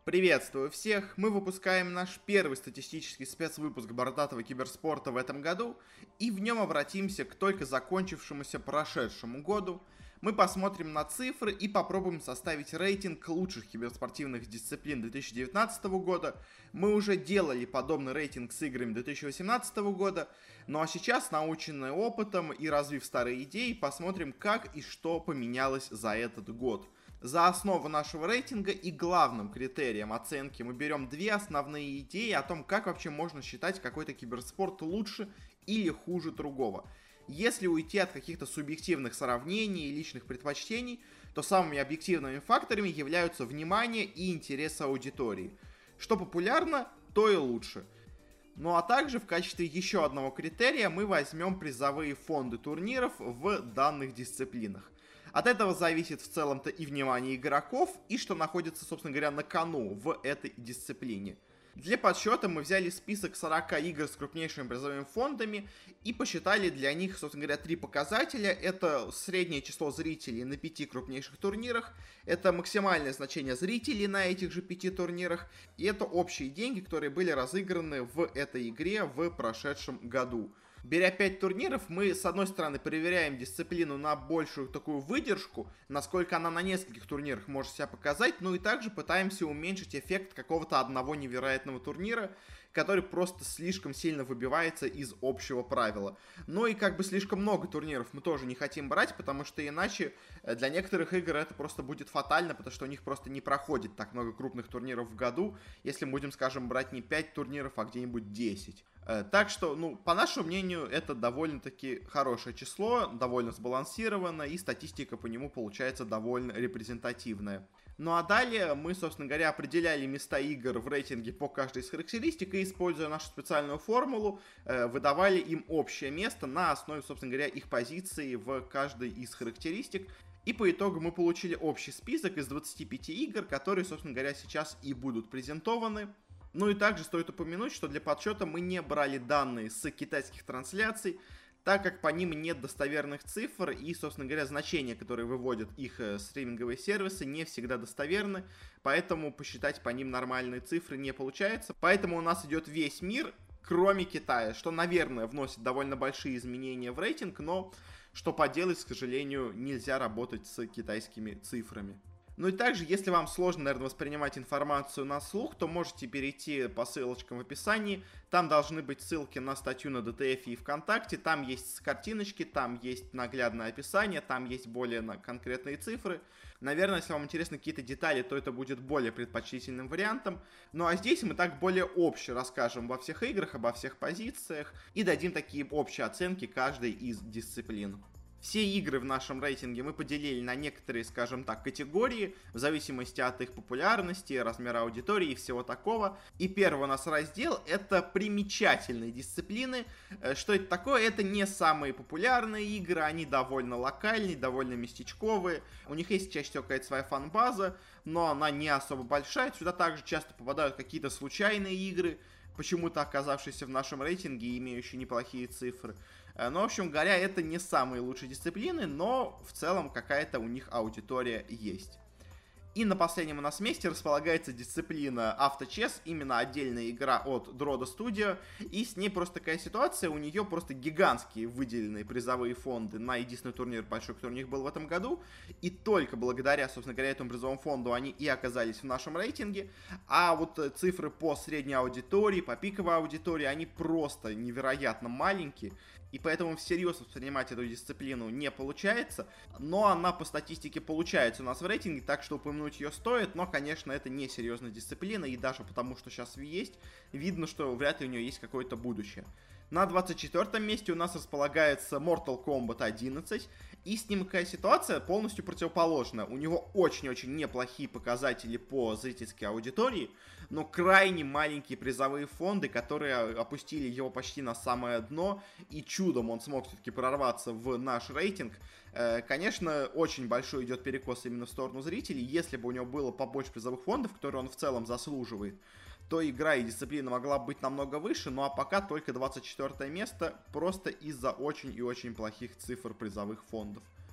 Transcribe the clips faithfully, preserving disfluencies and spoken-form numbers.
Приветствую всех! Мы выпускаем наш первый статистический спецвыпуск бородатого киберспорта в этом году, и в нем обратимся к только закончившемуся прошедшему году. Мы посмотрим на цифры и попробуем составить рейтинг лучших киберспортивных дисциплин две тысячи девятнадцатого года. Мы уже делали подобный рейтинг с играми две тысячи восемнадцатого года, ну а сейчас, наученные опытом и развив старые идеи, посмотрим, как и что поменялось за этот год. За основу нашего рейтинга и главным критерием оценки мы берем две основные идеи о том, как вообще можно считать какой-то киберспорт лучше или хуже другого. Если уйти от каких-то субъективных сравнений и личных предпочтений, то самыми объективными факторами являются внимание и интерес аудитории. Что популярно, то и лучше. Ну а также в качестве еще одного критерия мы возьмем призовые фонды турниров в данных дисциплинах. От этого зависит в целом-то и внимание игроков, и что находится, собственно говоря, на кону в этой дисциплине. Для подсчета мы взяли список сорока игр с крупнейшими призовыми фондами и посчитали для них, собственно говоря, три показателя. Это среднее число зрителей на пяти крупнейших турнирах, это максимальное значение зрителей на этих же пяти турнирах, и это общие деньги, которые были разыграны в этой игре в прошедшем году. Беря пять турниров, мы, с одной стороны, проверяем дисциплину на большую такую выдержку, насколько она на нескольких турнирах может себя показать, ну и также пытаемся уменьшить эффект какого-то одного невероятного турнира, который просто слишком сильно выбивается из общего правила. Ну и как бы слишком много турниров мы тоже не хотим брать, потому что иначе для некоторых игр это просто будет фатально, потому что у них просто не проходит так много крупных турниров в году, если мы будем, скажем, брать не пять турниров, а где-нибудь десять. Так что, ну, по нашему мнению, это довольно-таки хорошее число, довольно сбалансировано, и статистика по нему получается довольно репрезентативная. Ну а далее мы, собственно говоря, определяли места игр в рейтинге по каждой из характеристик, и, используя нашу специальную формулу, выдавали им общее место на основе, собственно говоря, их позиции в каждой из характеристик. И по итогу мы получили общий список из двадцати пяти игр, которые, собственно говоря, сейчас и будут презентованы. Ну и также стоит упомянуть, что для подсчета мы не брали данные с китайских трансляций, так как по ним нет достоверных цифр и, собственно говоря, значения, которые выводят их стриминговые сервисы, не всегда достоверны, поэтому посчитать по ним нормальные цифры не получается. Поэтому у нас идет весь мир, кроме Китая, что, наверное, вносит довольно большие изменения в рейтинг, но что поделать, к сожалению, нельзя работать с китайскими цифрами. Ну и также, если вам сложно, наверное, воспринимать информацию на слух, то можете перейти по ссылочкам в описании. Там должны быть ссылки на статью на ди ти эф и ВКонтакте. Там есть картиночки, там есть наглядное описание, там есть более конкретные цифры. Наверное, если вам интересны какие-то детали, то это будет более предпочтительным вариантом. Ну а здесь мы так более обще расскажем во всех играх, обо всех позициях и дадим такие общие оценки каждой из дисциплин. Все игры в нашем рейтинге мы поделили на некоторые, скажем так, категории, в зависимости от их популярности, размера аудитории и всего такого. И первый у нас раздел — это примечательные дисциплины. Что это такое? Это не самые популярные игры, они довольно локальные, довольно местечковые. У них есть чаще всего какая-то своя фан-база, но она не особо большая. Сюда также часто попадают какие-то случайные игры, почему-то оказавшиеся в нашем рейтинге и имеющие неплохие цифры. Ну, в общем говоря, это не самые лучшие дисциплины, но в целом какая-то у них аудитория есть. И на последнем у нас месте располагается дисциплина авточес, именно отдельная игра от Drodo Studio, и с ней просто такая ситуация, у нее просто гигантские выделенные призовые фонды на единственный турнир большой, который у них был в этом году, и только благодаря, собственно говоря, этому призовому фонду они и оказались в нашем рейтинге, а вот цифры по средней аудитории, по пиковой аудитории, они просто невероятно маленькие, и поэтому всерьез воспринимать эту дисциплину не получается, но она по статистике получается у нас в рейтинге, так что упомянуть ее стоит, но, конечно, это не серьезная дисциплина, и даже потому, что сейчас есть, видно, что вряд ли у нее есть какое-то будущее. На двадцать четвёртом месте у нас располагается Mortal Kombat одиннадцать, и с ним какая ситуация полностью противоположная. У него очень-очень неплохие показатели по зрительской аудитории, но крайне маленькие призовые фонды, которые опустили его почти на самое дно, и чудом он смог все-таки прорваться в наш рейтинг. Конечно, очень большой идет перекос именно в сторону зрителей. Если бы у него было побольше призовых фондов, которые он в целом заслуживает, то игра и дисциплина могла быть намного выше, ну а пока только двадцать четвёртое место, просто из-за очень и очень плохих цифр призовых фондов.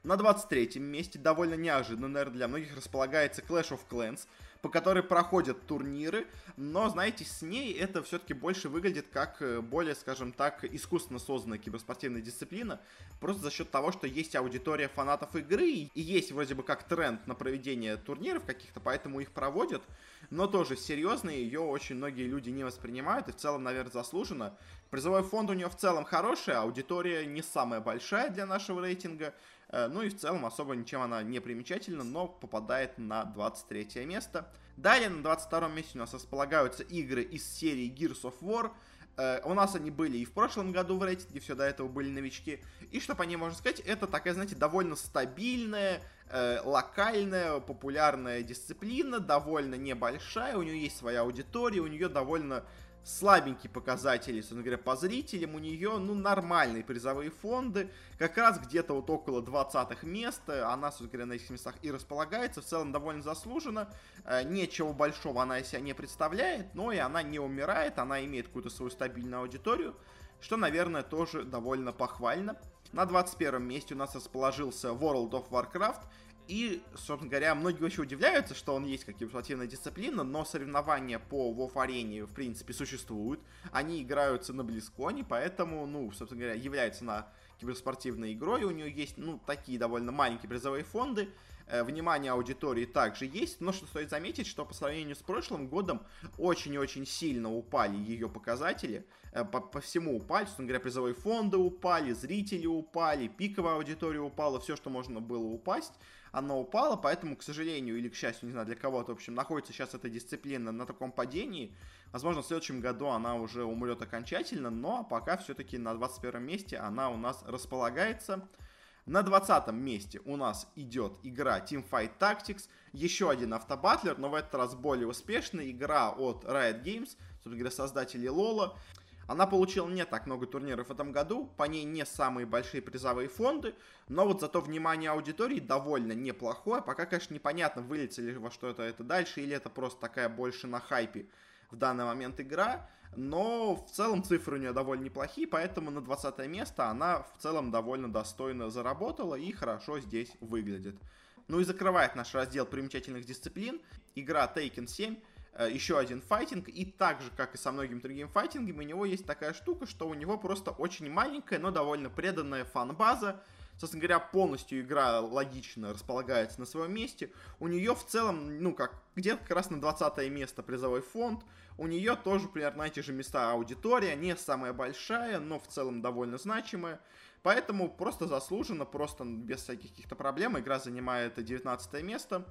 На двадцать третьем месте, довольно неожиданно, наверное, для многих, располагается Clash of Clans, по которой проходят турниры, но, знаете, с ней это все-таки больше выглядит как более, скажем так, искусственно созданная киберспортивная дисциплина, просто за счет того, что есть аудитория фанатов игры, и есть вроде бы как тренд на проведение турниров каких-то, поэтому их проводят, но тоже серьезно, ее очень многие люди не воспринимают, и в целом, наверное, заслуженно. Призовой фонд у нее в целом хороший, аудитория не самая большая для нашего рейтинга, ну и в целом особо ничем она не примечательна, но попадает на двадцать третье место. Далее на двадцать втором месте у нас располагаются игры из серии Gears of War. Uh, у нас они были и в прошлом году в рейтинге, все до этого были новички. И что по ней можно сказать, это такая, знаете, довольно стабильная, э, локальная, популярная дисциплина, довольно небольшая, у нее есть своя аудитория, у нее довольно слабенькие показатели, собственно говоря, по зрителям, у нее, ну, нормальные призовые фонды, как раз где-то вот около двадцатых мест, она, собственно говоря, на этих местах и располагается, в целом довольно заслуженно, ничего большого она из себя не представляет, но и она не умирает, она имеет какую-то свою стабильную аудиторию, что, наверное, тоже довольно похвально. На двадцать первом месте у нас расположился World of Warcraft. И, собственно говоря, многие вообще удивляются, что он есть как киберспортивная дисциплина, но соревнования по WoW-арене, в принципе, существуют. Они играются на Близконе, поэтому, ну, собственно говоря, является на киберспортивной игрой. У нее есть, ну, такие довольно маленькие призовые фонды. Э, внимание аудитории также есть, но что стоит заметить, что по сравнению с прошлым годом очень и очень сильно упали ее показатели. Э, по, по всему упали, собственно говоря, призовые фонды упали, зрители упали, пиковая аудитория упала, все, что можно было упасть. Она упала, поэтому, к сожалению, или к счастью, не знаю, для кого-то, в общем, находится сейчас эта дисциплина на таком падении. Возможно, в следующем году она уже умрет окончательно, но пока все-таки на двадцать первом месте она у нас располагается. На двадцатом месте у нас идет игра Teamfight Tactics, еще один автобатлер, но в этот раз более успешная игра от Riot Games, собственно говоря, создателей лола. Она получила не так много турниров в этом году, по ней не самые большие призовые фонды, но вот зато внимание аудитории довольно неплохое. Пока, конечно, непонятно, выльется ли во что-то это дальше, или это просто такая больше на хайпе в данный момент игра. Но в целом цифры у нее довольно неплохие, поэтому на двадцатое место она в целом довольно достойно заработала и хорошо здесь выглядит. Ну и закрывает наш раздел примечательных дисциплин игра Taken семь. Еще один файтинг, и так же, как и со многими другими файтингами, у него есть такая штука, что у него просто очень маленькая, но довольно преданная фан-база. Собственно говоря, полностью игра логично располагается на своем месте. У нее в целом, ну как, где-то как раз на двадцатое место призовой фонд. У нее тоже примерно на эти же места аудитория, не самая большая, но в целом довольно значимая. Поэтому просто заслуженно, просто без всяких каких-то проблем игра занимает девятнадцатое место.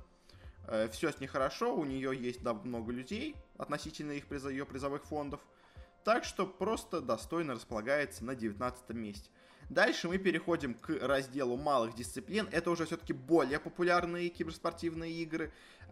Все с ней хорошо, у нее есть да, много людей относительно их приз... ее призовых фондов. Так что просто достойно располагается на девятнадцатом месте. Дальше мы переходим к разделу малых дисциплин. Это уже все-таки более популярные киберспортивные игры.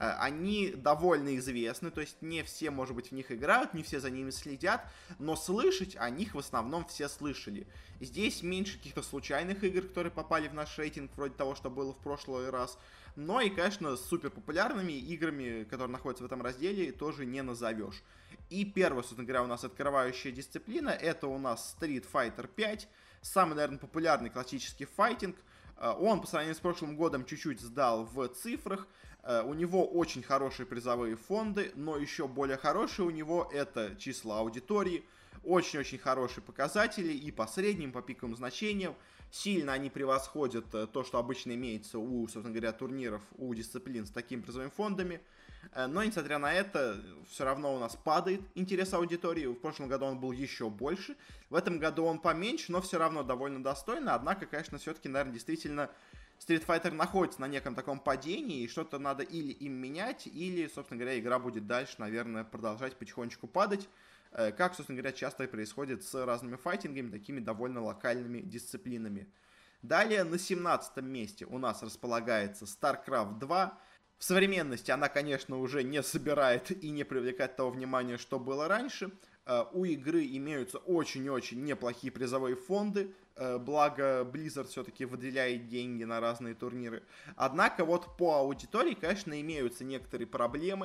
Они довольно известны, то есть не все, может быть, в них играют, не все за ними следят, но слышать о них в основном все слышали. Здесь меньше каких-то случайных игр, которые попали в наш рейтинг, вроде того, что было в прошлый раз. Но и, конечно, супер популярными играми, которые находятся в этом разделе, тоже не назовешь. И первая, собственно говоря, у нас открывающая дисциплина, это у нас Street Fighter пять. Самый, наверное, популярный классический файтинг. Он, по сравнению с прошлым годом, чуть-чуть сдал в цифрах. У него очень хорошие призовые фонды, но еще более хорошие у него это числа аудитории. Очень-очень хорошие показатели и по средним, по пиковым значениям. Сильно они превосходят то, что обычно имеется у, собственно говоря, турниров, у дисциплин с такими призовыми фондами. Но, несмотря на это, все равно у нас падает интерес аудитории. В прошлом году он был еще больше. В этом году он поменьше, но все равно довольно достойно. Однако, конечно, все-таки, наверное, действительно Street Fighter находится на неком таком падении. И что-то надо или им менять, или, собственно говоря, игра будет дальше, наверное, продолжать потихонечку падать. Как, собственно говоря, часто и происходит с разными файтингами, такими довольно локальными дисциплинами. Далее на семнадцатом месте у нас располагается StarCraft два. В современности она, конечно, уже не собирает и не привлекает того внимания, что было раньше. У игры имеются очень-очень неплохие призовые фонды, благо Blizzard все-таки выделяет деньги на разные турниры. Однако вот по аудитории, конечно, имеются некоторые проблемы,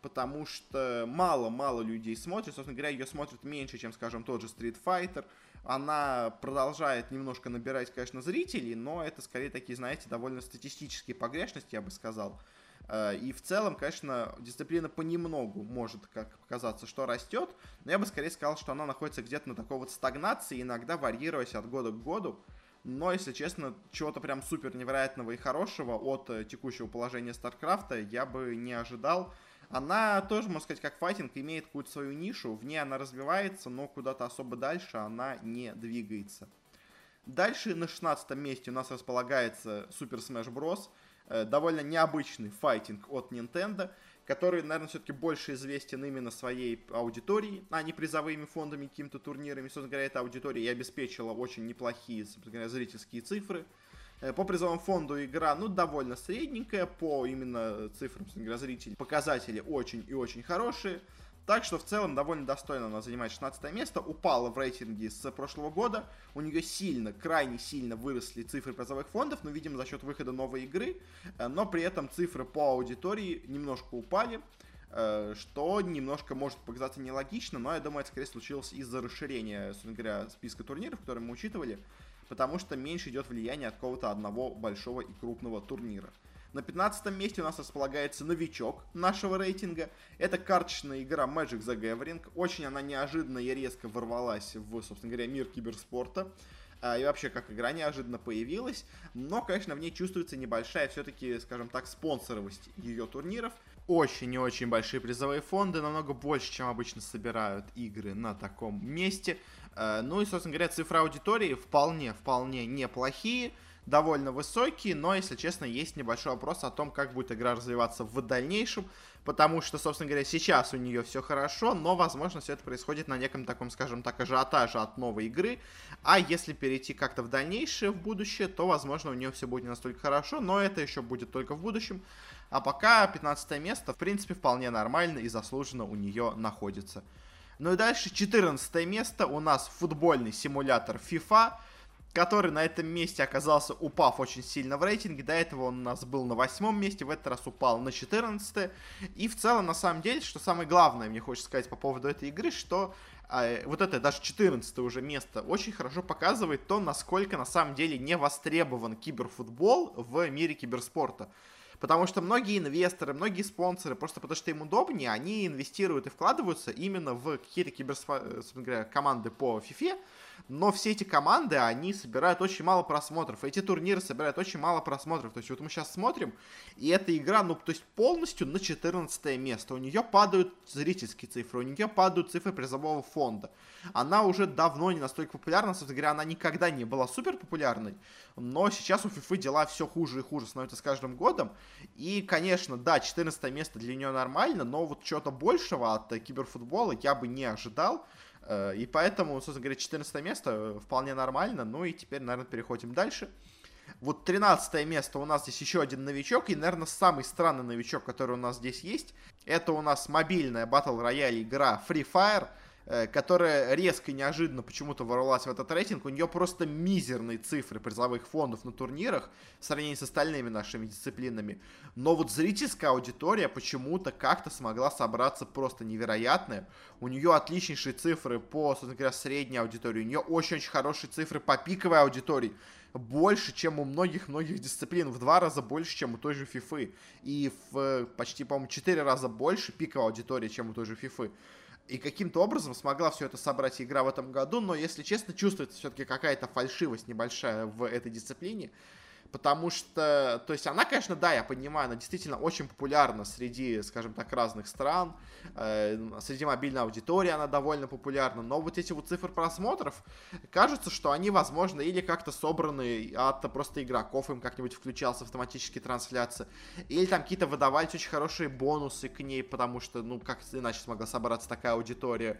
потому что мало-мало людей смотрят. Собственно говоря, ее смотрят меньше, чем, скажем, тот же Street Fighter. Она продолжает немножко набирать, конечно, зрителей, но это скорее такие, знаете, довольно статистические погрешности, я бы сказал. И в целом, конечно, дисциплина понемногу может как показаться, что растет, но я бы скорее сказал, что она находится где-то на такой вот стагнации, иногда варьируясь от года к году. Но, если честно, чего-то прям супер невероятного и хорошего от текущего положения Старкрафта я бы не ожидал. Она тоже, можно сказать, как файтинг, имеет какую-то свою нишу, в ней она развивается, но куда-то особо дальше она не двигается. Дальше на шестнадцатом месте у нас располагается Super Smash Bros. Довольно необычный файтинг от Nintendo, который, наверное, все-таки больше известен именно своей аудиторией, а не призовыми фондами, какими-то турнирами. Собственно говоря, эта аудитория и обеспечила очень неплохие, собственно говоря, зрительские цифры. По призовому фонду игра, ну, довольно средненькая, по именно цифрам, собственно говоря, зрителей показатели очень и очень хорошие. Так что в целом довольно достойно она занимает шестнадцатое место, упала в рейтинге с прошлого года, у нее сильно, крайне сильно выросли цифры призовых фондов, ну, видимо, за счет выхода новой игры, но при этом цифры по аудитории немножко упали, что немножко может показаться нелогично, но я думаю, это скорее случилось из-за расширения, собственно говоря, списка турниров, которые мы учитывали, потому что меньше идет влияние от какого-то одного большого и крупного турнира. На пятнадцатом месте у нас располагается новичок нашего рейтинга. Это карточная игра Magic the Gathering. Очень она неожиданно и резко ворвалась в, собственно говоря, мир киберспорта. И вообще, как игра неожиданно появилась. Но, конечно, в ней чувствуется небольшая, все-таки, скажем так, спонсоровость ее турниров. Очень и очень большие призовые фонды, намного больше, чем обычно собирают игры на таком месте. Ну и, собственно говоря, цифры аудитории вполне-вполне неплохие. Довольно высокие, но, если честно, есть небольшой вопрос о том, как будет игра развиваться в дальнейшем, потому что, собственно говоря, сейчас у нее все хорошо, но, возможно, все это происходит на неком таком, скажем так, ажиотаже от новой игры, а если перейти как-то в дальнейшее, в будущее, то, возможно, у нее все будет не настолько хорошо, но это еще будет только в будущем, а пока пятнадцатое место, в принципе, вполне нормально и заслуженно у нее находится. Ну и дальше четырнадцатое место у нас футбольный симулятор FIFA, который на этом месте оказался, упав очень сильно в рейтинге. До этого он у нас был на восьмом месте, в этот раз упал на четырнадцатое. И в целом, на самом деле, что самое главное, мне хочется сказать по поводу этой игры, что э, вот это даже четырнадцатое уже место очень хорошо показывает то, насколько на самом деле не востребован киберфутбол в мире киберспорта. Потому что многие инвесторы, многие спонсоры, просто потому что им удобнее, они инвестируют и вкладываются именно в какие-то киберспорт, команды по FIFA, но все эти команды, они собирают очень мало просмотров, эти турниры собирают очень мало просмотров, то есть вот мы сейчас смотрим, и эта игра, ну, то есть полностью на четырнадцатое место, у нее падают зрительские цифры, у нее падают цифры призового фонда, она уже давно не настолько популярна, собственно говоря, она никогда не была супер популярной, но сейчас у FIFA дела все хуже и хуже становятся с каждым годом, и, конечно, да, четырнадцатое место для нее нормально, но вот чего-то большего от киберфутбола я бы не ожидал. И поэтому, собственно говоря, четырнадцатое место вполне нормально. Ну и теперь, наверное, переходим дальше. Вот тринадцатое место у нас здесь еще один новичок. И, наверное, самый странный новичок, который у нас здесь есть, это у нас мобильная Battle Royale игра Free Fire, которая резко и неожиданно почему-то ворвалась в этот рейтинг. У нее просто мизерные цифры призовых фондов на турнирах в сравнении с остальными нашими дисциплинами. Но вот зрительская аудитория почему-то как-то смогла собраться просто невероятная. У нее отличнейшие цифры по, собственно говоря, средней аудитории. У нее очень-очень хорошие цифры по пиковой аудитории. Больше, чем у многих-многих дисциплин. В два раза больше, чем у той же FIFA. И в почти, по-моему, четыре раза больше пиковой аудитории, чем у той же FIFA. И каким-то образом смогла все это собрать игра в этом году, но, если честно, чувствуется все-таки какая-то фальшивость небольшая в этой дисциплине, потому что, то есть она, конечно, да, я понимаю, она действительно очень популярна среди, скажем так, разных стран, э, среди мобильной аудитории она довольно популярна, но вот эти вот цифры просмотров, кажется, что они, возможно, или как-то собраны от просто игроков, им как-нибудь включался автоматически трансляция, или там какие-то выдавались очень хорошие бонусы к ней, потому что, ну, как иначе смогла собраться такая аудитория.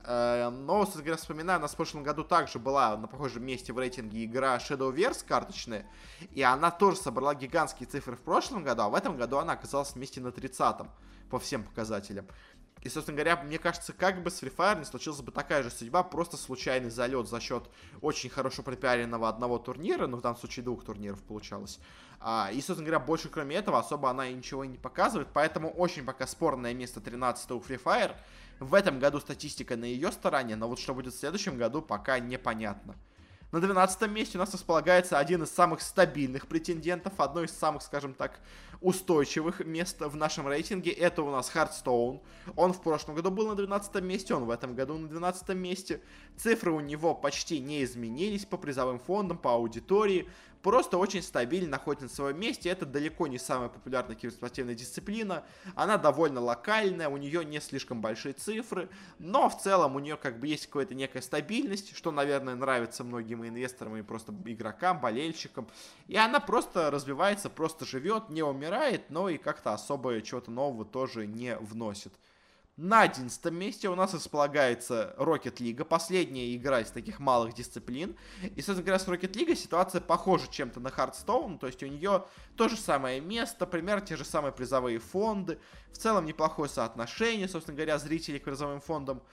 Но, собственно говоря, вспоминаю, у нас в прошлом году также была на похожем месте в рейтинге игра Shadowverse карточная, и она тоже собрала гигантские цифры в прошлом году, а в этом году она оказалась вместе на тридцатом по всем показателям. И, собственно говоря, мне кажется, как бы с Free Fire не случилась бы такая же судьба, просто случайный залет за счет очень хорошо пропиаренного одного турнира, ну, в данном случае двух турниров получалось. А, и, собственно говоря, больше кроме этого особо она и ничего и не показывает, поэтому очень пока спорное место тринадцатое у Free Fire. В этом году статистика на ее стороне, но вот что будет в следующем году, пока непонятно. На двенадцатом месте у нас располагается один из самых стабильных претендентов, одно из самых, скажем так, устойчивых мест в нашем рейтинге. Это у нас Hearthstone. Он в прошлом году был на двенадцатом месте, он в этом году на двенадцатом месте. Цифры у него почти не изменились по призовым фондам, по аудитории. Просто очень стабильно находится на своем месте. Это далеко не самая популярная киберспортивная дисциплина. Она довольно локальная, у нее не слишком большие цифры. Но в целом у нее как бы есть какая-то некая стабильность, что, наверное, нравится многим инвесторам и просто игрокам, болельщикам. И она просто развивается, просто живет, не умирает, но и как-то особо чего-то нового тоже не вносит. На одиннадцатом месте у нас располагается Rocket League, последняя игра из таких малых дисциплин. И, собственно говоря, с Rocket League ситуация похожа чем-то на Hearthstone, то есть у нее то же самое место, примерно те же самые призовые фонды, в целом неплохое соотношение, собственно говоря, зрителей к призовым фондам.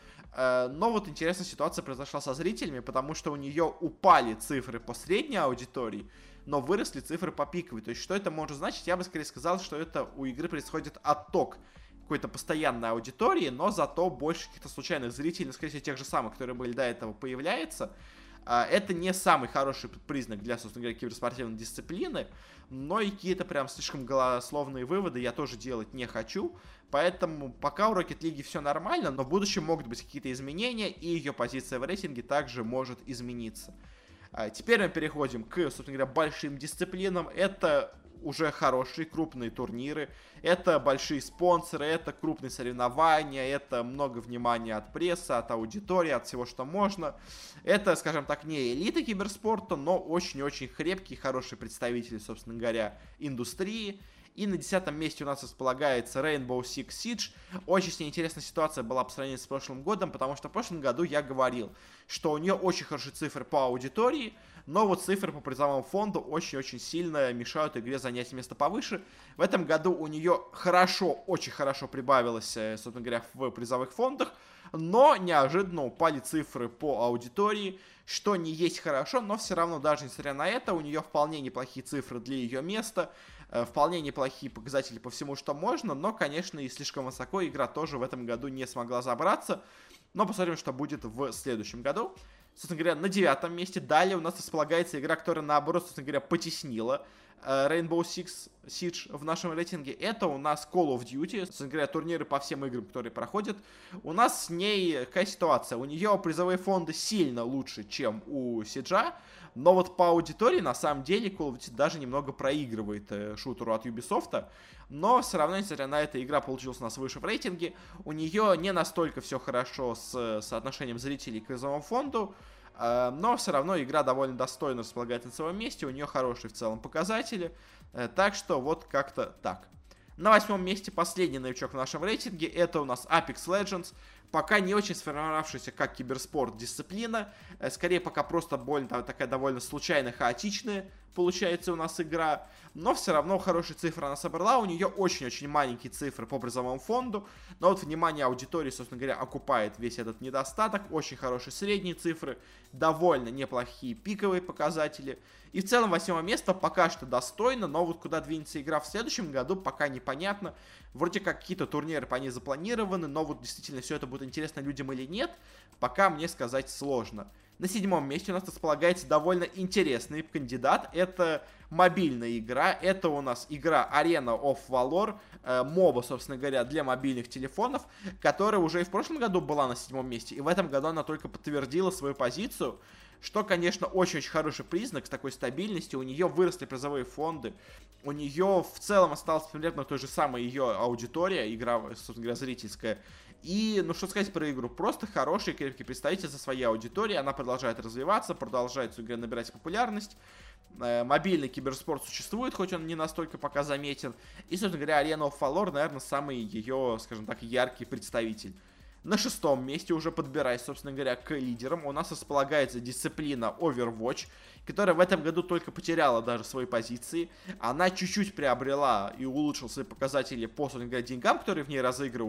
Но вот интересная ситуация произошла со зрителями, потому что у нее упали цифры по средней аудитории, но выросли цифры по пиковой. То есть что это может значить? Я бы скорее сказал, что это у игры происходит отток какой-то постоянной аудитории, но зато больше каких-то случайных зрителей, скорее всего, тех же самых, которые были до этого, появляется. Это не самый хороший признак для, собственно говоря, киберспортивной дисциплины, но и какие-то прям слишком голословные выводы я тоже делать не хочу. Поэтому пока у Rocket League все нормально, но в будущем могут быть какие-то изменения, и ее позиция в рейтинге также может измениться. Теперь мы переходим к, собственно говоря, большим дисциплинам. Это уже хорошие крупные турниры, это большие спонсоры, это крупные соревнования, это много внимания от прессы, от аудитории, от всего, что можно. Это, скажем так, не элита киберспорта, но очень-очень крепкие, хорошие представители, собственно говоря, индустрии. И на десятом месте у нас располагается Rainbow Six Siege. Очень с ней интересная ситуация была по сравнению с прошлым годом, потому что в прошлом году я говорил, что у нее очень хорошие цифры по аудитории, но вот цифры по призовому фонду очень-очень сильно мешают игре занять место повыше. В этом году у нее хорошо, очень хорошо прибавилось, собственно говоря, в призовых фондах, но неожиданно упали цифры по аудитории, что не есть хорошо, но все равно, даже несмотря на это, у нее вполне неплохие цифры для ее места, вполне неплохие показатели по всему, что можно, но, конечно, и слишком высоко игра тоже в этом году не смогла забраться. Но посмотрим, что будет в следующем году. Собственно говоря, на девятом месте далее у нас располагается игра, которая, наоборот, собственно говоря, потеснила Rainbow Six Siege в нашем рейтинге. Это у нас Call of Duty, собственно говоря, турниры по всем играм, которые проходят. У нас с ней какая ситуация? У нее призовые фонды сильно лучше, чем у Сиджа, но вот по аудитории, на самом деле, Call of Duty даже немного проигрывает э, шутеру от Ubisoft, но все равно, несмотря на это, игра получилась у нас выше в рейтинге. У нее не настолько все хорошо с соотношением зрителей к призовому фонду, э, но все равно игра довольно достойно располагает на своем месте, у нее хорошие в целом показатели, э, так что вот как-то так. На восьмом месте последний новичок в нашем рейтинге, это у нас Apex Legends. Пока не очень сформировавшаяся как киберспорт дисциплина, скорее пока просто больно, такая довольно случайно хаотичная получается у нас игра, но все равно хорошие цифры она собрала, у нее очень-очень маленькие цифры по призовому фонду, но вот внимание аудитории, собственно говоря, окупает весь этот недостаток, очень хорошие средние цифры, довольно неплохие пиковые показатели, и в целом восьмое место пока что достойно, но вот куда двинется игра в следующем году, пока непонятно. Вроде как какие-то турниры по ней запланированы, но вот действительно все это будет интересно людям или нет, пока мне сказать сложно. На седьмом месте у нас располагается довольно интересный кандидат. Это мобильная игра. Это у нас игра Arena of Valor, э, моба, собственно говоря, для мобильных телефонов, которая уже и в прошлом году была на седьмом месте, и в этом году она только подтвердила свою позицию, что, конечно, очень-очень хороший признак с такой стабильностью. У нее выросли призовые фонды, у нее в целом осталась примерно той же самой ее аудитория, игра, собственно говоря, зрительская. И, ну что сказать про игру, просто хороший, крепкий представитель за своей аудиторией, она продолжает развиваться, продолжает, собственно говоря, набирать популярность. Э, мобильный киберспорт существует, хоть он не настолько пока заметен. И, собственно говоря, Arena of Valor, наверное, самый ее, скажем так, яркий представитель. На шестом месте, уже подбираясь, собственно говоря, к лидерам, у нас располагается дисциплина Overwatch, которая в этом году только потеряла даже свои позиции. Она чуть-чуть приобрела и улучшила свои показатели по, собственно говоря, деньгам, которые в ней разыгрывают.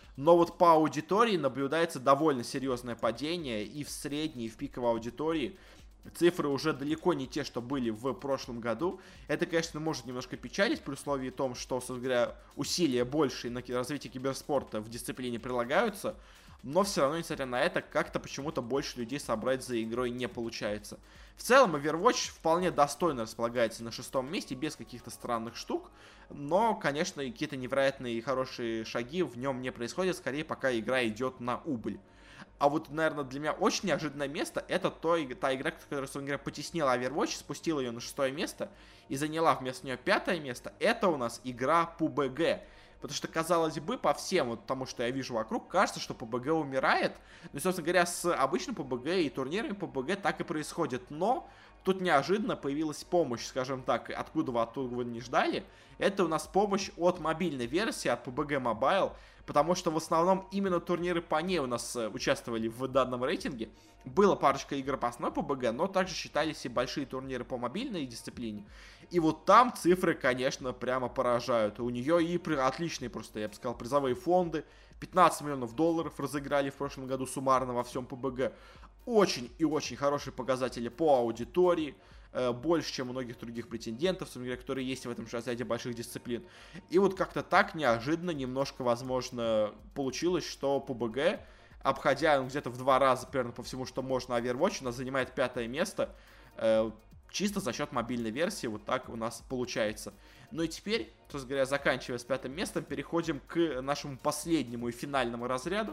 Но вот по аудитории наблюдается довольно серьезное падение и в средней, и в пиковой аудитории. Цифры уже далеко не те, что были в прошлом году. Это, конечно, может немножко печалить при условии том, что, собственно говоря, усилия большие на развитие киберспорта в дисциплине прилагаются. Но все равно, несмотря на это, как-то почему-то больше людей собрать за игрой не получается. В целом, Overwatch вполне достойно располагается на шестом месте, без каких-то странных штук. Но, конечно, какие-то невероятные и хорошие шаги в нем не происходят, скорее, пока игра идет на убыль. А вот, наверное, для меня очень неожиданное место — это то, та игра, которая, собственно говоря, потеснила Overwatch, спустила ее на шестое место и заняла вместо нее пятое место. Это у нас игра пэ бэ гэ. Потому что, казалось бы, по всем вот тому, что я вижу вокруг, кажется, что пэ бэ гэ умирает. Ну и, собственно говоря, с обычным пэ бэ гэ и турнирами пэ бэ гэ так и происходит. Но тут неожиданно появилась помощь, скажем так, откуда вы оттуда вы не ждали. Это у нас помощь от мобильной версии, от пэ бэ гэ Mobile. Потому что в основном именно турниры по ней у нас участвовали в данном рейтинге. Была парочка игр по основной пэ бэ гэ, но также считались и большие турниры по мобильной дисциплине. И вот там цифры, конечно, прямо поражают. У нее и отличные просто, я бы сказал, призовые фонды. пятнадцать миллионов долларов разыграли в прошлом году суммарно во всем пэ бэ гэ. Очень и очень хорошие показатели по аудитории. Больше, чем у многих других претендентов, которые есть в этом же разряде больших дисциплин. И вот как-то так неожиданно немножко, возможно, получилось, что пэ бэ гэ, обходя ну, где-то в два раза примерно по всему, что можно, Overwatch, у нас занимает пятое место, э, чисто за счет мобильной версии. Вот так у нас получается. Ну и теперь, собственно говоря, заканчивая с пятым местом, переходим к нашему последнему и финальному разряду,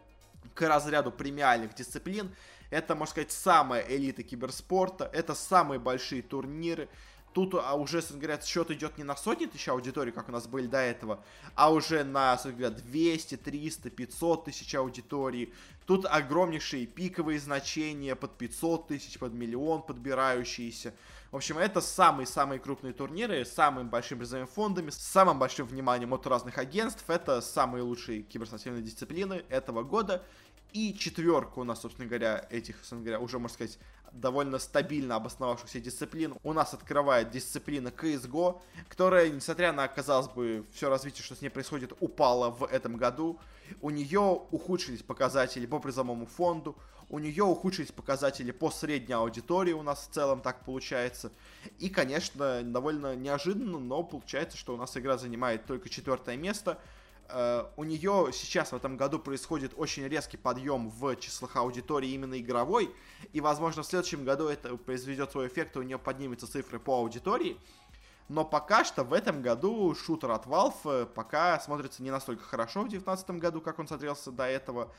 к разряду премиальных дисциплин. Это, можно сказать, самая элита киберспорта, это самые большие турниры. Тут а уже, собственно говоря, счет идет не на сотни тысяч аудиторий, как у нас были до этого, а уже на, собственно говоря, двести, триста, пятьсот тысяч аудиторий. Тут огромнейшие пиковые значения, под пятьсот тысяч, под миллион подбирающиеся. В общем, это самые-самые крупные турниры, с самыми большими призовыми фондами, с самым большим вниманием от разных агентств. Это самые лучшие киберспортивные дисциплины этого года. И четверка у нас, собственно говоря, этих, собственно говоря, уже, можно сказать, довольно стабильно обосновавшихся дисциплин. У нас открывает дисциплина си эс го, которая, несмотря на, казалось бы, все развитие, что с ней происходит, упала в этом году. У нее ухудшились показатели по призовому фонду, у нее ухудшились показатели по средней аудитории, у нас в целом так получается. И, конечно, довольно неожиданно, но получается, что у нас игра занимает только четвертое место. Uh, у нее сейчас в этом году происходит очень резкий подъем в числах аудитории именно игровой, и, возможно, в следующем году это произведет свой эффект, и у нее поднимутся цифры по аудитории. Но пока что в этом году шутер от Valve пока смотрится не настолько хорошо в две тысячи девятнадцатом году, как он смотрелся до этого,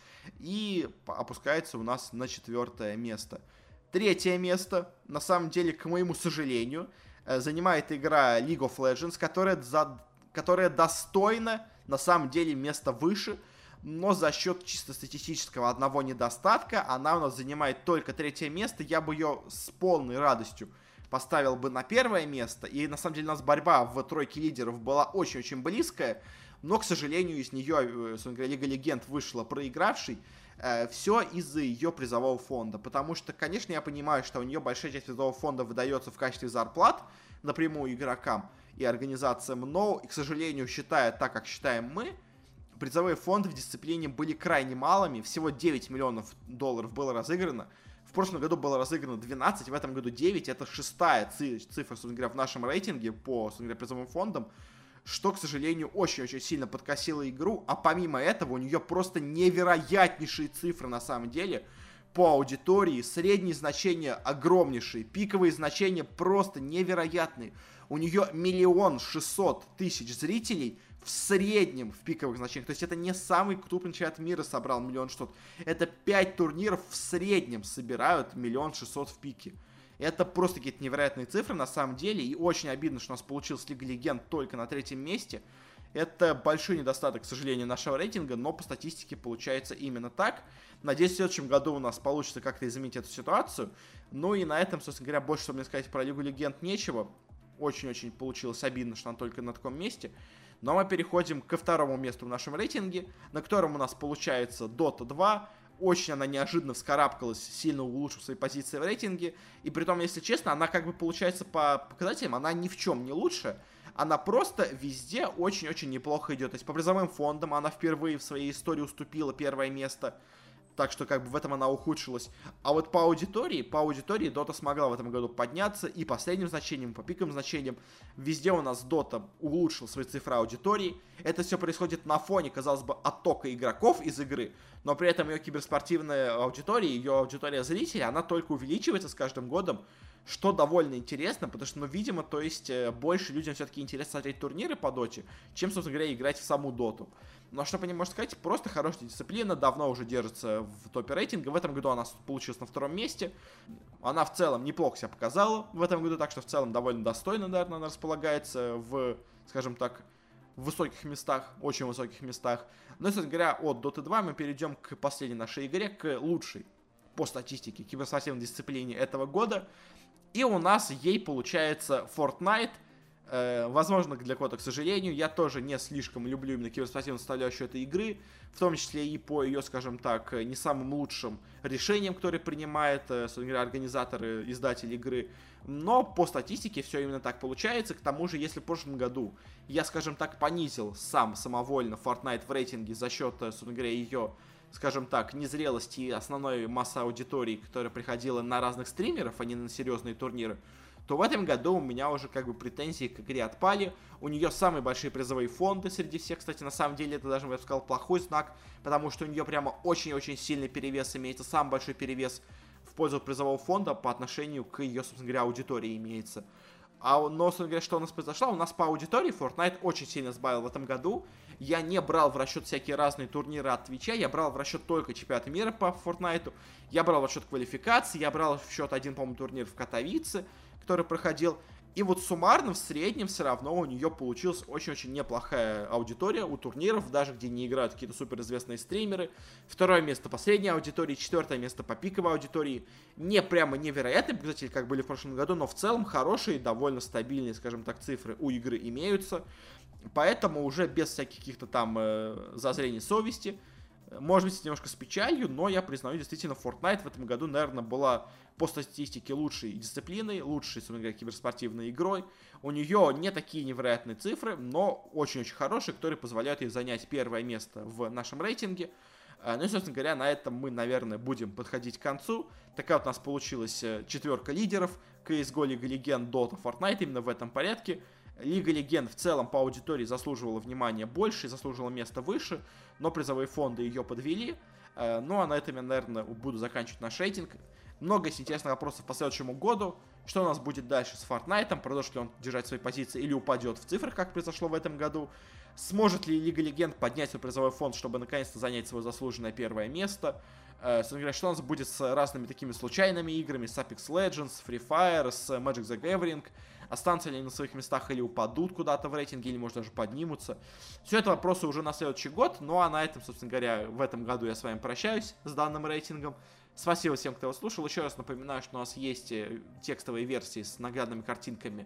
и опускается у нас на четвертое место. Третье место, на самом деле, к моему сожалению, занимает игра League of Legends, которая, за... которая достойна на самом деле место выше, но за счет чисто статистического одного недостатка она у нас занимает только третье место. Я бы ее с полной радостью поставил бы на первое место, и на самом деле у нас борьба в тройке лидеров была очень-очень близкая, но, к сожалению, из нее, собственно говоря, Лига Легенд вышла проигравшей. э, все из-за ее призового фонда, потому что, конечно, я понимаю, что у нее большая часть призового фонда выдается в качестве зарплат напрямую игрокам и организациям, но, к сожалению, считая так, как считаем мы, призовые фонды в дисциплине были крайне малыми, всего девять миллионов долларов было разыграно, в прошлом году было разыграно двенадцать, в этом году девять, это шестая цифра, собственно говоря, в нашем рейтинге по, собственно говоря, призовым фондам, что, к сожалению, очень-очень сильно подкосило игру, а помимо этого у нее просто невероятнейшие цифры на самом деле по аудитории, средние значения огромнейшие, пиковые значения просто невероятные. У нее миллион шестьсот тысяч зрителей в среднем в пиковых значениях. То есть это не самый крупный чемпионат мира собрал миллион шестьсот. Это пять турниров в среднем собирают миллион шестьсот в пике. Это просто какие-то невероятные цифры на самом деле. И очень обидно, что у нас получилась Лига Легенд только на третьем месте. Это большой недостаток, к сожалению, нашего рейтинга, но по статистике получается именно так. Надеюсь, в следующем году у нас получится как-то изменить эту ситуацию. Ну и на этом, собственно говоря, больше, что мне сказать про Лигу Легенд, нечего. Очень-очень получилось обидно, что она только на таком месте. Но мы переходим ко второму месту в нашем рейтинге, на котором у нас получается Дота два. Очень она неожиданно вскарабкалась, сильно улучшив свои позиции в рейтинге. И при том, если честно, она как бы получается по показателям, она ни в чем не лучше. она просто везде очень-очень неплохо идет. То есть по призовым фондам она впервые в своей истории уступила первое место. Так что как бы в этом она ухудшилась. А вот по аудитории, по аудитории Dota смогла в этом году подняться. И по средним значениям, и по пиковым значениям. Везде у нас Dota улучшил свои цифры аудитории. Это все происходит на фоне, казалось бы, оттока игроков из игры. Но при этом ее киберспортивная аудитория, ее аудитория зрителей, она только увеличивается с каждым годом. Что довольно интересно, потому что, ну, видимо, то есть больше людям все-таки интересно смотреть турниры по доте, чем, собственно говоря, играть в саму доту. Но что по ней можно сказать, просто хорошая дисциплина, давно уже держится в топе рейтинга. В этом году она получилась на втором месте. Она в целом неплохо себя показала в этом году, так что в целом довольно достойно, наверное, она располагается в, скажем так, в высоких местах, очень высоких местах. Но, собственно говоря, от доты два мы перейдем к последней нашей игре, к лучшей по статистике киберспортивной дисциплине этого года. И у нас ей получается Fortnite. Э, возможно, для кого-то, к сожалению, я тоже не слишком люблю именно киберспортивную составляющую этой игры, в том числе и по ее, скажем так, не самым лучшим решениям, которые принимают, э, говоря, организаторы, издатели игры. Но по статистике все именно так получается. К тому же, если в прошлом году я, скажем так, понизил сам самовольно Fortnite в рейтинге за счет, собственно говоря, ее, скажем так, незрелости и основной массы аудитории, которая приходила на разных стримеров, а не на серьезные турниры, то в этом году у меня уже как бы претензии к игре отпали. У нее самые большие призовые фонды среди всех. Кстати, на самом деле это даже, я бы сказал, плохой знак, потому что у нее прямо очень-очень сильный перевес имеется, самый большой перевес в пользу призового фонда по отношению к ее, собственно говоря, аудитории имеется. А, но, собственно говоря, что у нас произошло? У нас по аудитории Fortnite очень сильно сбавил в этом году. Я не брал в расчет всякие разные турниры от Твича, я брал в расчет только чемпионаты мира по Fortnite, я брал в расчет квалификации, я брал в счет один, по-моему, турнир в Катовице, который проходил. И вот суммарно, в среднем, все равно у нее получилась очень-очень неплохая аудитория у турниров, даже где не играют какие-то суперизвестные стримеры. Второе место по средней аудитории, четвертое место по пиковой аудитории. Не прямо невероятные показатели, как были в прошлом году, но в целом хорошие, довольно стабильные, скажем так, цифры у игры имеются. Поэтому уже без всяких каких-то там э, зазрений совести, может быть, немножко с печалью, но я признаю, действительно, Fortnite в этом году, наверное, была по статистике лучшей дисциплиной, лучшей, собственно говоря, киберспортивной игрой. У нее не такие невероятные цифры, но очень-очень хорошие, которые позволяют ей занять первое место в нашем рейтинге. Ну и, собственно говоря, на этом мы, наверное, будем подходить к концу. Такая вот у нас получилась четверка лидеров: си эс го, Лига Легенд, Dota, Fortnite, именно в этом порядке. Лига Легенд в целом по аудитории заслуживала внимания больше, заслуживала места выше, но призовые фонды ее подвели. Ну а на этом я, наверное, буду заканчивать наш рейтинг. Много интересных вопросов по следующему году. Что у нас будет дальше с Fortnite? Продолжит ли он держать свои позиции или упадет в цифрах, как произошло в этом году? Сможет ли Лига Легенд поднять свой призовой фонд, чтобы наконец-то занять свое заслуженное первое место? Собственно говоря, что у нас будет с разными такими случайными играми, с Apex Legends, Free Fire, с Magic the Gathering? Останутся ли они на своих местах или упадут куда-то в рейтинге, или, может, даже поднимутся? Все это вопросы уже на следующий год. Ну а на этом, собственно говоря, в этом году я с вами прощаюсь с данным рейтингом. Спасибо всем, кто его слушал. Еще раз напоминаю, что у нас есть текстовые версии с наглядными картинками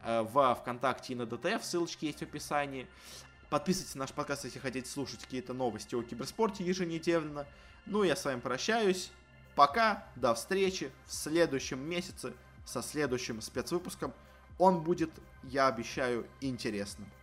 в ВКонтакте и на ди ти эф. Ссылочки есть в описании. Подписывайтесь на наш подкаст, если хотите слушать какие-то новости о киберспорте еженедельно. Ну, я с вами прощаюсь. Пока, до встречи в следующем месяце со следующим спецвыпуском. Он будет, я обещаю, интересным.